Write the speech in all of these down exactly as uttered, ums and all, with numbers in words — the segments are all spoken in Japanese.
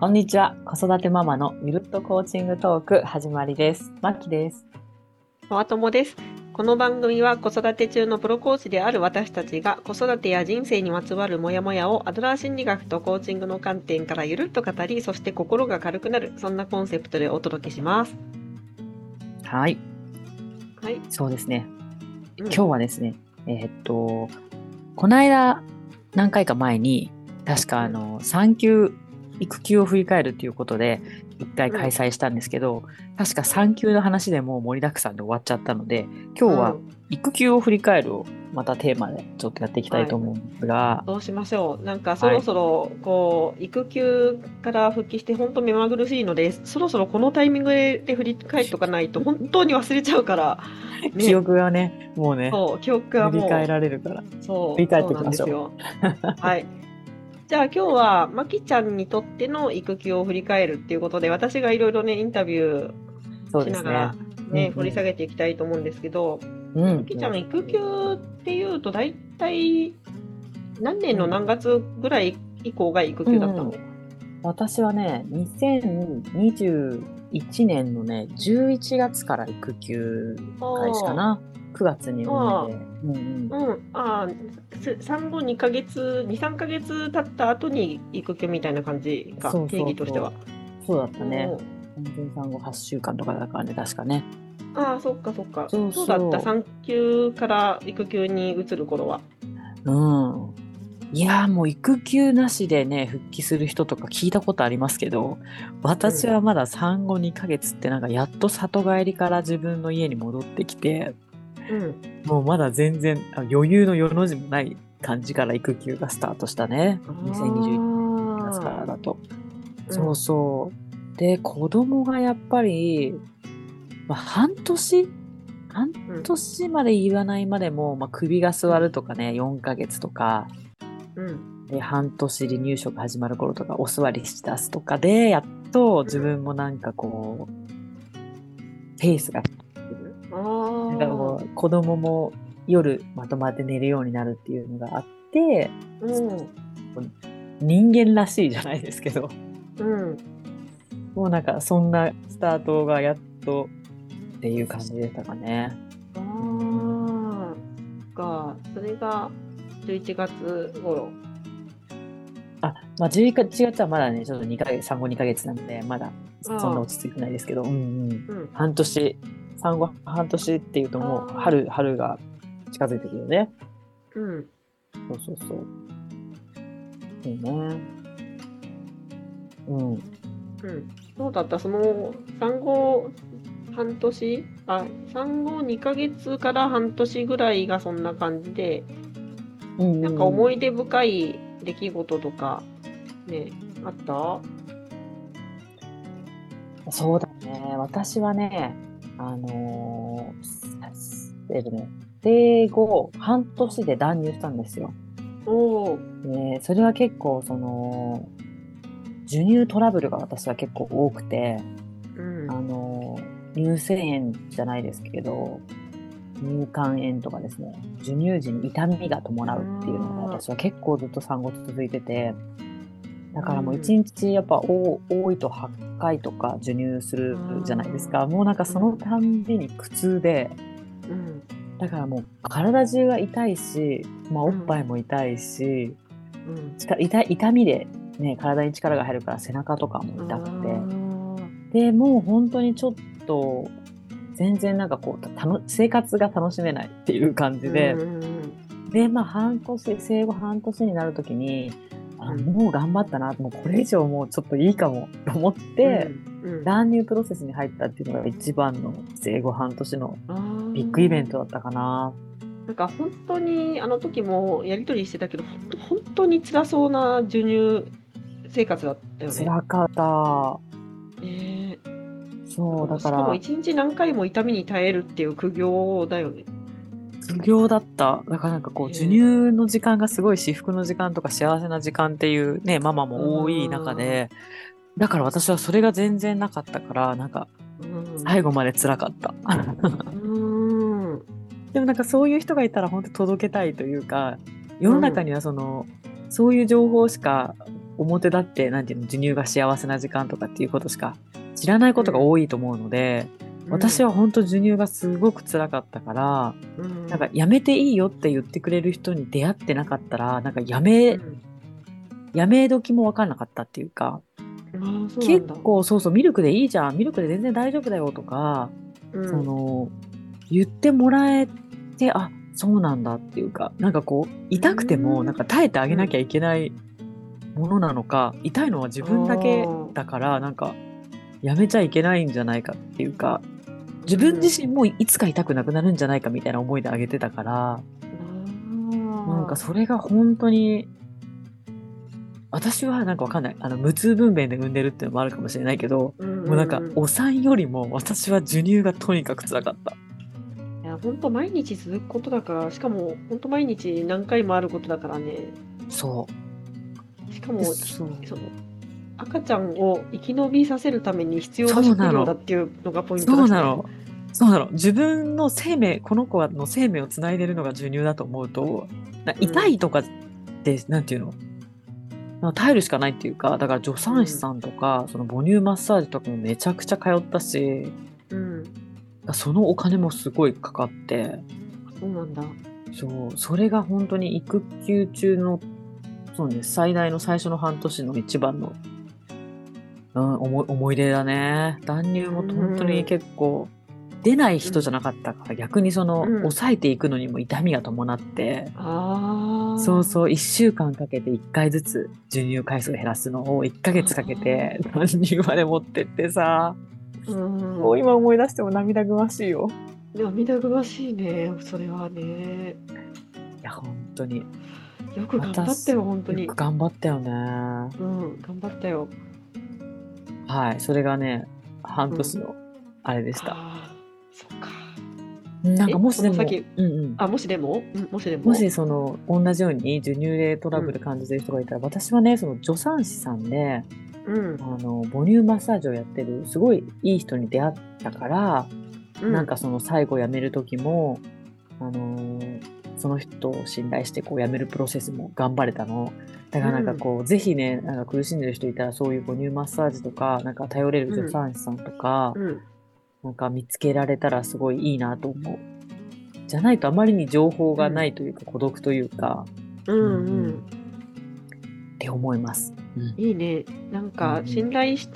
こんにちは。子育てママのゆるっとコーチングトーク始まりです。まきです。 ママ友です。この番組は子育て中のプロコーチである私たちが子育てや人生にまつわるモヤモヤをアドラー心理学とコーチングの観点からゆるっと語り、そして心が軽くなる、そんなコンセプトでお届けします。 はい。 はい。 そうですね。 うん、 今日はですね、えーっと、この間、何回か前に、確かうん、 あの、産休、育休を振り返るということで、一回うん、 開催したんですけど、確か産休の話でもう盛りだくさんで終わっちゃったので、今日はうん。 育休を振り返るをまたテーマでちょっとやっていきたいはい。 と思うんですが、 どうしましょう。なんかそはい。 ろそろ、こう、育休から復帰して本当目まぐるしいので、そろそろこのタイミングで振り返っとかないと本当に忘れちゃうから、 記ね。 憶がね、もうね、 そう、記憶は塗り替えもられるから、 う、そう、 振り返っそうなんていきましょですよ。はい。じゃあ今日はまきちゃんにとっての育休を振り返るっていうことで、私がいろいろねインタビューう。そうですね。 しながらうんね掘り下げていきたいと思うんですけど、 うん。うん。 まきちゃん育休っていうと大体何年のうん。 何月ぐらい以降が育休だったの？ うんうん。私はね、にせんにじゅういちねんのね、じゅういちがつから育休開始かあな。くがつにあ、 産んで。 あうんうん。 あ、うん、ああ、す産後にかげつ、に、さんかげつ経った後に育休みたいな感じか、 そう定義としては。 そうそう。そうだったね。 おー。 完全産後はっしゅうかんとかだからね、確かね。 ああ、そっかそっか。 そうどうだったそ産休から育休に移る頃は？ う。うん。いやーもう育休なしでね、復帰する人とか聞いたことありますけど、 うん。 私はまだ産後にかげつってなんかやっと里帰りから自分の家に戻ってきて、 うん。 もうまだ全然あ余裕のよの字もない感じから育休がスタートしたね。 あにせんにじゅういちねんじゅういちがつかあ。 らだと。そううん。 そう。で、子供がやっぱり、まあ、半年半うん。 年まで言わないまでも、まあ、首がうん。 座るとかね、よんかげつとか、 うん。 で、半年離乳食始まる頃とか、お座りしだすとかで、やっと自分もなんかこう、ペースが来る。 あなんかあ。 こう、子供も夜まとまって寝るようになるっていうのがあって、 うん。 人間らしいじゃないですけど、 うん。 もうなんかそんなスタートがやっとっていう感じでしたかね。 あうんあ。か。それがじゅういちがつ頃。 あ、まあ、じゅういちがつはまだね、ちょっとにかげつ、産後にかげつなので、まだそんなああ。 落ち着いてないですけど、うんうん。 うん。 半年、産後半年っていうとあもうあ。 春、春が近づいてくるよね。 うん。 そうそうそう。そうね。うん。 うん。どうだったその、産後半年あ、産後にかげつから半年ぐらいがそんな感じで、 うんなんかうんう思い出深い出来事とか、ね、あった？ ん。そうだね。私はね、あのー、えっとね、生後半年で断乳したんですよ。 おお。 で、それは結構、その、授乳トラブルが私は結構多くて、あうん。 の、乳腺炎じゃないですけど、乳管炎とかですね、授乳時に痛みが伴うっていうのがああ。 私は結構ずっと産後続いてて、だからもう一うん。 日やっぱ多多いとはちかいとか授乳すあるじゃないですか。 あ。 もうなんかそのうん。 たんびに苦痛で、 うん。 だからもう体中が痛いし、まあおっぱいうん。 も痛いし、 うん。 力痛い痛みでね、体に力が入るから背中とかもあ痛くて、 あ。 で、もう本当にちょっと、全然なんかこう、たの生活が楽しめないっていう感うじで、 ん。 で、まあ半年、生後半年になるときに、あ、 うん。 もう頑張ったな、もうこれ以上もうちょっといいかもと思っうて、 ん。うん。 断乳プロセスに入ったっていうのが一番の生後半年のあビッグイベントあ。 だったかな。 なんか本当にあの時もやり取りしてたけど、本当本当に辛そうな授乳生活だったよね。 辛かった。 ねえ。なんそう、 かもうしかもだから、 一日何回も痛みに耐えるっていう苦行だよね。 苦行だった。だからなんかこう、授乳ねえ。 の時間がすごい至福の時間とか幸せな時間っていうね、ママうも多い中ーん。 で、だから私はそれが全然なかったから、なんか、 うん。 最後まで辛かった。 うーん。 でもなんかそういう人がいたら本当届けたいというか、世の中にうん。 はその、そういう情報しか表立って、なんていうの、授乳が幸せな時間とかっていうことしか知らないことが多いと思うので、 うん、 私は本当授乳がすごく辛かったから、 うん、 なんかやめていいよって言ってくれる人に出会ってなかったら、なんかやめ、 うん、 やめ時もわかんなかったっていうか、 ああ、そうなん結だ。 構そうそう、ミルクでいいじゃん、ミルクで全然大丈夫だよとか、 うん、 その、言ってもらえて、あ、そうなんだっていうか、なんかこう、 う痛くても、 ん、 なんか耐えてあげうん、 なきゃいけないものなのか、痛いのは自あ分だけあ、 だから、なんか、やめちゃいけないんじゃないかっていうか、自分うん、 自身もいつか痛くなくなるんじゃないかみたいな思いであげてたから、なんかあそれが本当に、私はなんかわかんない。あの、無痛分娩で産んでるっていうのもあるかもしれないけど、 あ、うん、 もうなんか、 うん、 お産よりも私は授乳がとにかく辛かった。 いや、本当毎日続くことだから、しかも本当毎日何回もあることだからね。 そしかう。で、 も、ひそう。 その赤ちゃんを生き延びさせるために必要な食そうなの。 料だっていうのがポイントだしね。 そうなの。そうなの。自分の生命、この子の生命をつないでるのが授乳だと思うと、なうん、 痛いとかって、なんていうの、なんか耐えるしかないっていうか、だから助うん、 産師さんとか、その母乳マッサージとかもめちゃくちゃ通ったし、 うん、 そのお金もすごいかかって、 そうなんだ。 そう、それが本当に育休中の、そうね、最大の最初の半年の一番の、うん、思い、思い出だね。断乳もう本当にん、 結構、出ないうん、 人じゃなかったから、逆にその、 うん。 抑えていくのにも痛みが伴って、そうあそう、一週間かけて一回ずつ授乳回数を減らすのを一ヶあ、 月かけてあ断乳まで持ってってさ、 あ、うん。 もう今思い出しても涙ぐましいよ。 涙ぐましいね、それはね。 いや、本当に。 よく頑張った私、 よ、本当に。 よく頑張ったよね。 うん、頑張ったよ。 はい、それがね、半うん。 年のあれでした。 ああ、そっか。 なんかえ、 もしでも、 その先、 うんうん。 あ、もしでもうん、もしでももしその、同じように授乳でトラブルうん、 感じてる人がいたら、私はね、その助産師さんで、 うん、 あの、母乳マッサージをやってる、すごいいい人に出会ったから、 うん、 なんかその最後辞める時も、あのーその人を信頼してこう辞めるプロセスも頑張れたの。だからなんかうん、 こう、ぜひね、なんか苦しんでる人いたらそういう母乳マッサージとか、なんか頼れる助うん、 産師さんとか、 うん、 なんか見つけられたらすごいいいなと思う。じゃないとあまりに情報がなうん、 いというか孤独というか、 ううんうん、うん、っん。 て思います。うん。 いいね。なんか、 うんうん。 信頼して、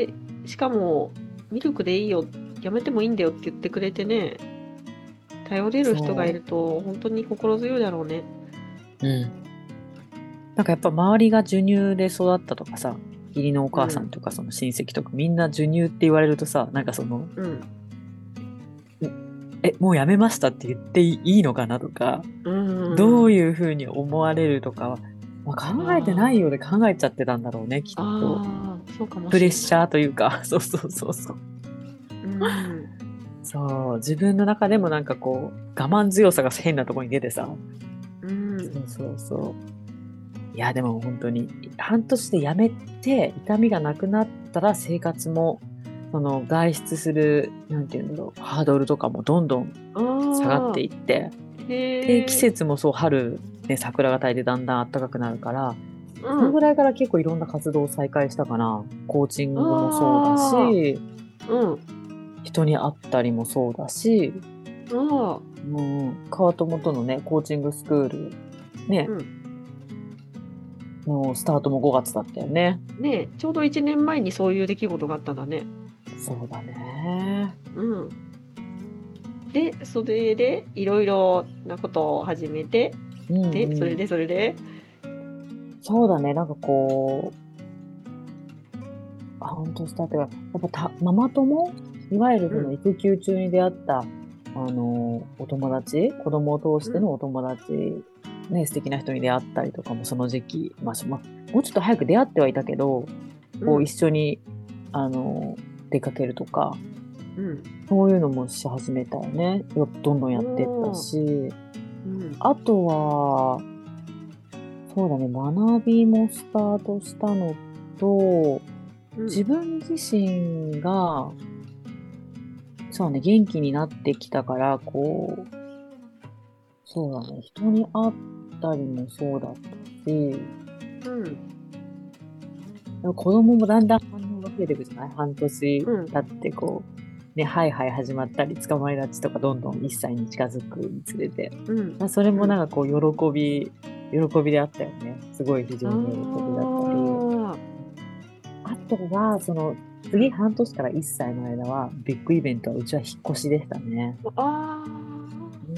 しかも、ミルクでいいよ、やめてもいいんだよって言ってくれてね、頼れる人がいそると、本当に心強いだろうね。 う。うん。なんかやっぱ周りが授乳で育ったとかさ、義理のおうん、 母さんとかその親戚とかみんな授乳って言われるとさ、なんかその、 うん、 え、もうやめましたって言っていいのかなとか、 うん。 どういうふうに思われるとかは、まあ、考えてないようあで考えちゃってたんだろうね、きあ、 っと。 ああ、そうかもプレッしれない。 シャーというか、そうそうそうそう。 うん、 そう、自分の中でもなんかこう、我慢強さが変なところに出てさ。 うん、 そうそうそう。いや、でも本当に、半年でやめて、痛みがなくなったら生活も、その外出する、なんていうんだろう、ハードルとかもどんどん下がってああ、 いって、で、季へえ、 節もそう、春、ね、桜が咲いてだんだん暖かくなるから、 うん、 そのぐらいから結構いろんな活動を再開したかな。コーチングもそうだああ、 し、 うん、 人に会ったりもそうだし、 ああ、 うん、川友とのね、コーチングスクール、ね、 うん。 もうスタートもごがつだったよね。 ねえ、ちょうどいちねんまえにそういう出来事があったんだね。 そうだね。 うん。で、それでいろいろなことを始めて、 うんで、それうん。 でそれで、 そうだね。なんかこう、半年経ってから、やっぱた、ママ友いわゆるそのうん、 育休中に出会った、あの、お友達子供を通しうん、 てのお友達、ね、素敵な人に出会ったりとかもその時期、まあ、しまもうちょっと早く出会ってはいたけど、こう一うん、 緒に、あの、出かけるとか、 うん。 そういうのもし始めたよね。よどんどんやってったおー、 し、 うん、 あとは、そうだね、学びもスタートしたのと、 うん、 自分自身が、そうね、元気になってきたから、こう、そうだね、人に会ったりもそうだったし、 うん、 でも子供もだんだん反応が増えていくじゃない？半年うん。 経ってこう、ね、ハイハイ始まったり、捕まり立ちとかどんどんいっさいに近づくにつれて、 うん。 まあ、それもなんかこう、喜び、喜びであったよね。すごい非常に喜びだったり。 ああとは、その、次半年からいっさいの間は、ビッグイベントはうちは引っ越しでしたね。 あ。あうん、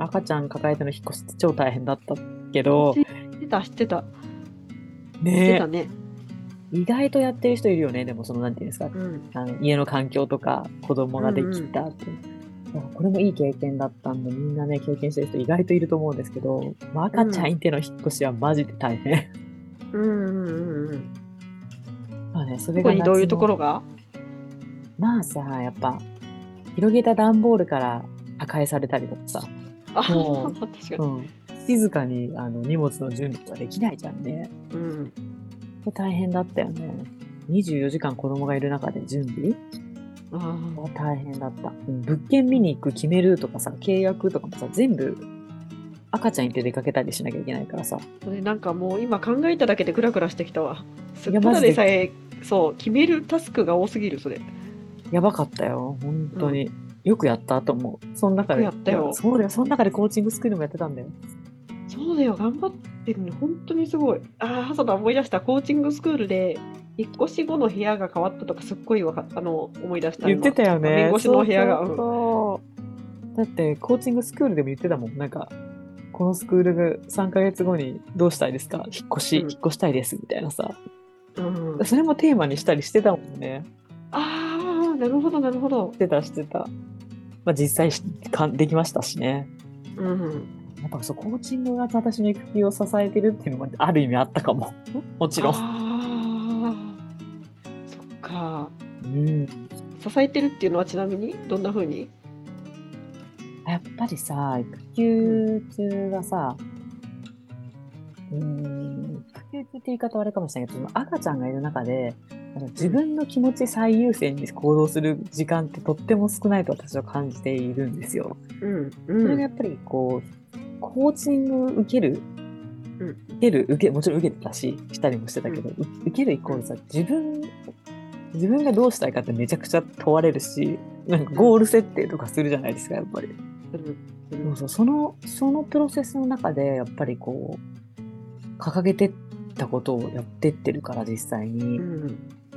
赤ちゃん抱えての引っ越しって超大変だったけあ。 ど、 知ってた、知ってた。知ってねたね。 意外とやってる人いるよね。でもその、なんていうんですか、 うん。 あの家の環境とか子供ができたって。だからこれもいい経験だったんで、みんなね、経験してる人意外といると思うんですけど、まあ赤ちゃんいての引っ越しはマジで大変。 うんうんうんうん。 まあね、それが特にどういうとこ夏の、 ろが？ まあさ、やっぱ、広げた段ボールから破壊されたりとかさ、 あ、 も確かに。 う、うん、静かにあの荷物の準備とかできないじゃんね。 うん。 これ大変だったよね。にじゅうよじかん子供がいる中で準備あは大変だった。うん、物件見に行く、決めるとかさ、契約とかもさ、全部赤ちゃんいて出かけたりしなきゃいけないからさ。 あ。それなんかもう今考えただけでクラクラしてきたわ。すいや、 ただマジででさえ、そう、決めるタスクが多すぎる、それ。 やばかったよ。本当に。よくやったと思う。その中で。 よくやったよいやそうだよ。その中でコーチングスクールもやってたんだよ。 そうだよ、頑張ってるね。本当にすごい。ああ、そうだ、思い出した。コーチングスクールで、引っ越し後の部屋が変わったとか、すっごいわかあの思い出した。 言ってたよね。 画面越しの部屋が。 そうそうそうだって、コーチングスクールでも言ってたもん。なんか、このスクールがさんかげつごにどうしたいですか？引っ越し、 うん引っ越したいです。みたいなさ。 うんうん、 それもテーマにしたりしてたもんね。 ああ、なるほど、なるほどし。てた、してた。まあ実際しかできましたしね。 うん、 やっぱそう、コーチングが私の育休を支えてるっていうのもある意味あったかも。もちろん。 ああ、そっか。 うん。 支えてるっていうのはちなみにどんな風に？ やっぱりさ、育休中はさ、うーん、育休中って言い方はあれかもしれないけど、その赤ちゃんがいる中で、あの自分の気持ち最優先に行動する時間ってとっても少ないと私は感じているんですよ。 うん、 そうん、 れがやっぱりこう、コーチング受ける、 うん受ける、受け、もちろん受けてたし、したりもしてたけど、う受けるイコールさ、自分、自分がどうしたいかってめちゃくちゃ問われるし、なんかゴール設定とかするじゃないですか、やっぱり。 うんそうそう、その、そのプロセスの中で、やっぱりこう、掲げてったことをやってってるから、実際に。 うん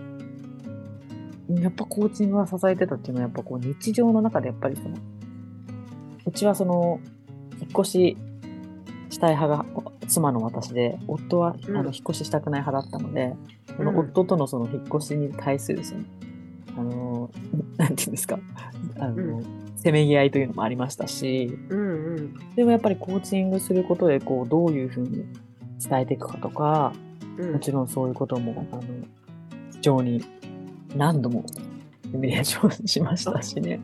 やっぱコーチングが支えてたっていうのは、やっぱこう、日常の中でやっぱりその、うちはその、引っ越ししたい派が妻の私で、夫は、 うんあの引っ越ししたくない派だったので、そうんの夫とのその引っ越しに対するその、あの、なんていうんですか、あの、 うせめぎ合いというのもありましたし、 うんうんでもやっぱりコーチングすることで、こう、どういうふうに伝えていくかとか、 うんもちろんそういうことも、あの、非常に何度もシミュレーションしましたしね。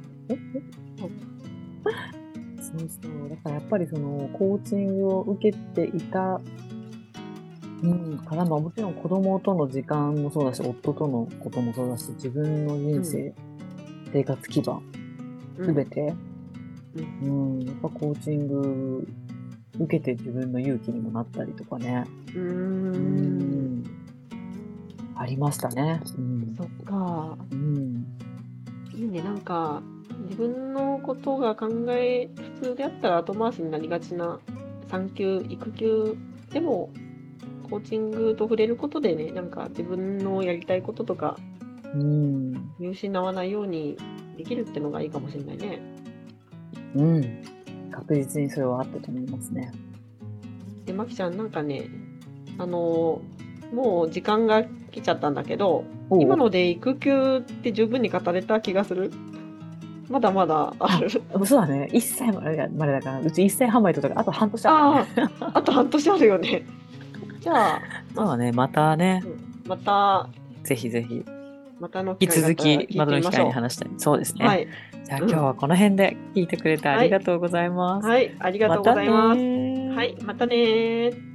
そうそう。だからやっぱりその、コーチングを受けていた、うん、から、まあもちろん子供との時間もそうだし、夫とのこともそうだし、自分の人生、生活基盤、 うんすべて、 ううん、やっぱコーチング受けて自分の勇気にもなったりとかね。 うーうんん。ありましたね。うん。 そっか。 うん。 いいね、なんか自分のことが考え普通であったら後回しになりがちな産休育休でもコーチングと触れることでね、なんか自分のやりたいこととかうん。 見失わないようにできるってのがいいかもしれないね。 うん。確実にそれはあったと思いますね。 で、まきちゃんなんかね、あのもう時間が来ちゃったんだけど、 おう今ので育休って十分に語れた気がする。まだまだある。 そうだね。いっさいまでまでだから、うちいっさいはんまでとか、あと半年ああったね。 あ、あと半年あるよね。じゃあ、 そうだね。またね、 また、 ぜひぜひ、 またの引き続機会があったら聞いき、またの機てみましょう。 会に話したい。そうですね。 はい。 じゃあうん今日はこの辺で聞いてくれてありがとうございます。 はい、ありがとうございます。 またねーはい、またねー。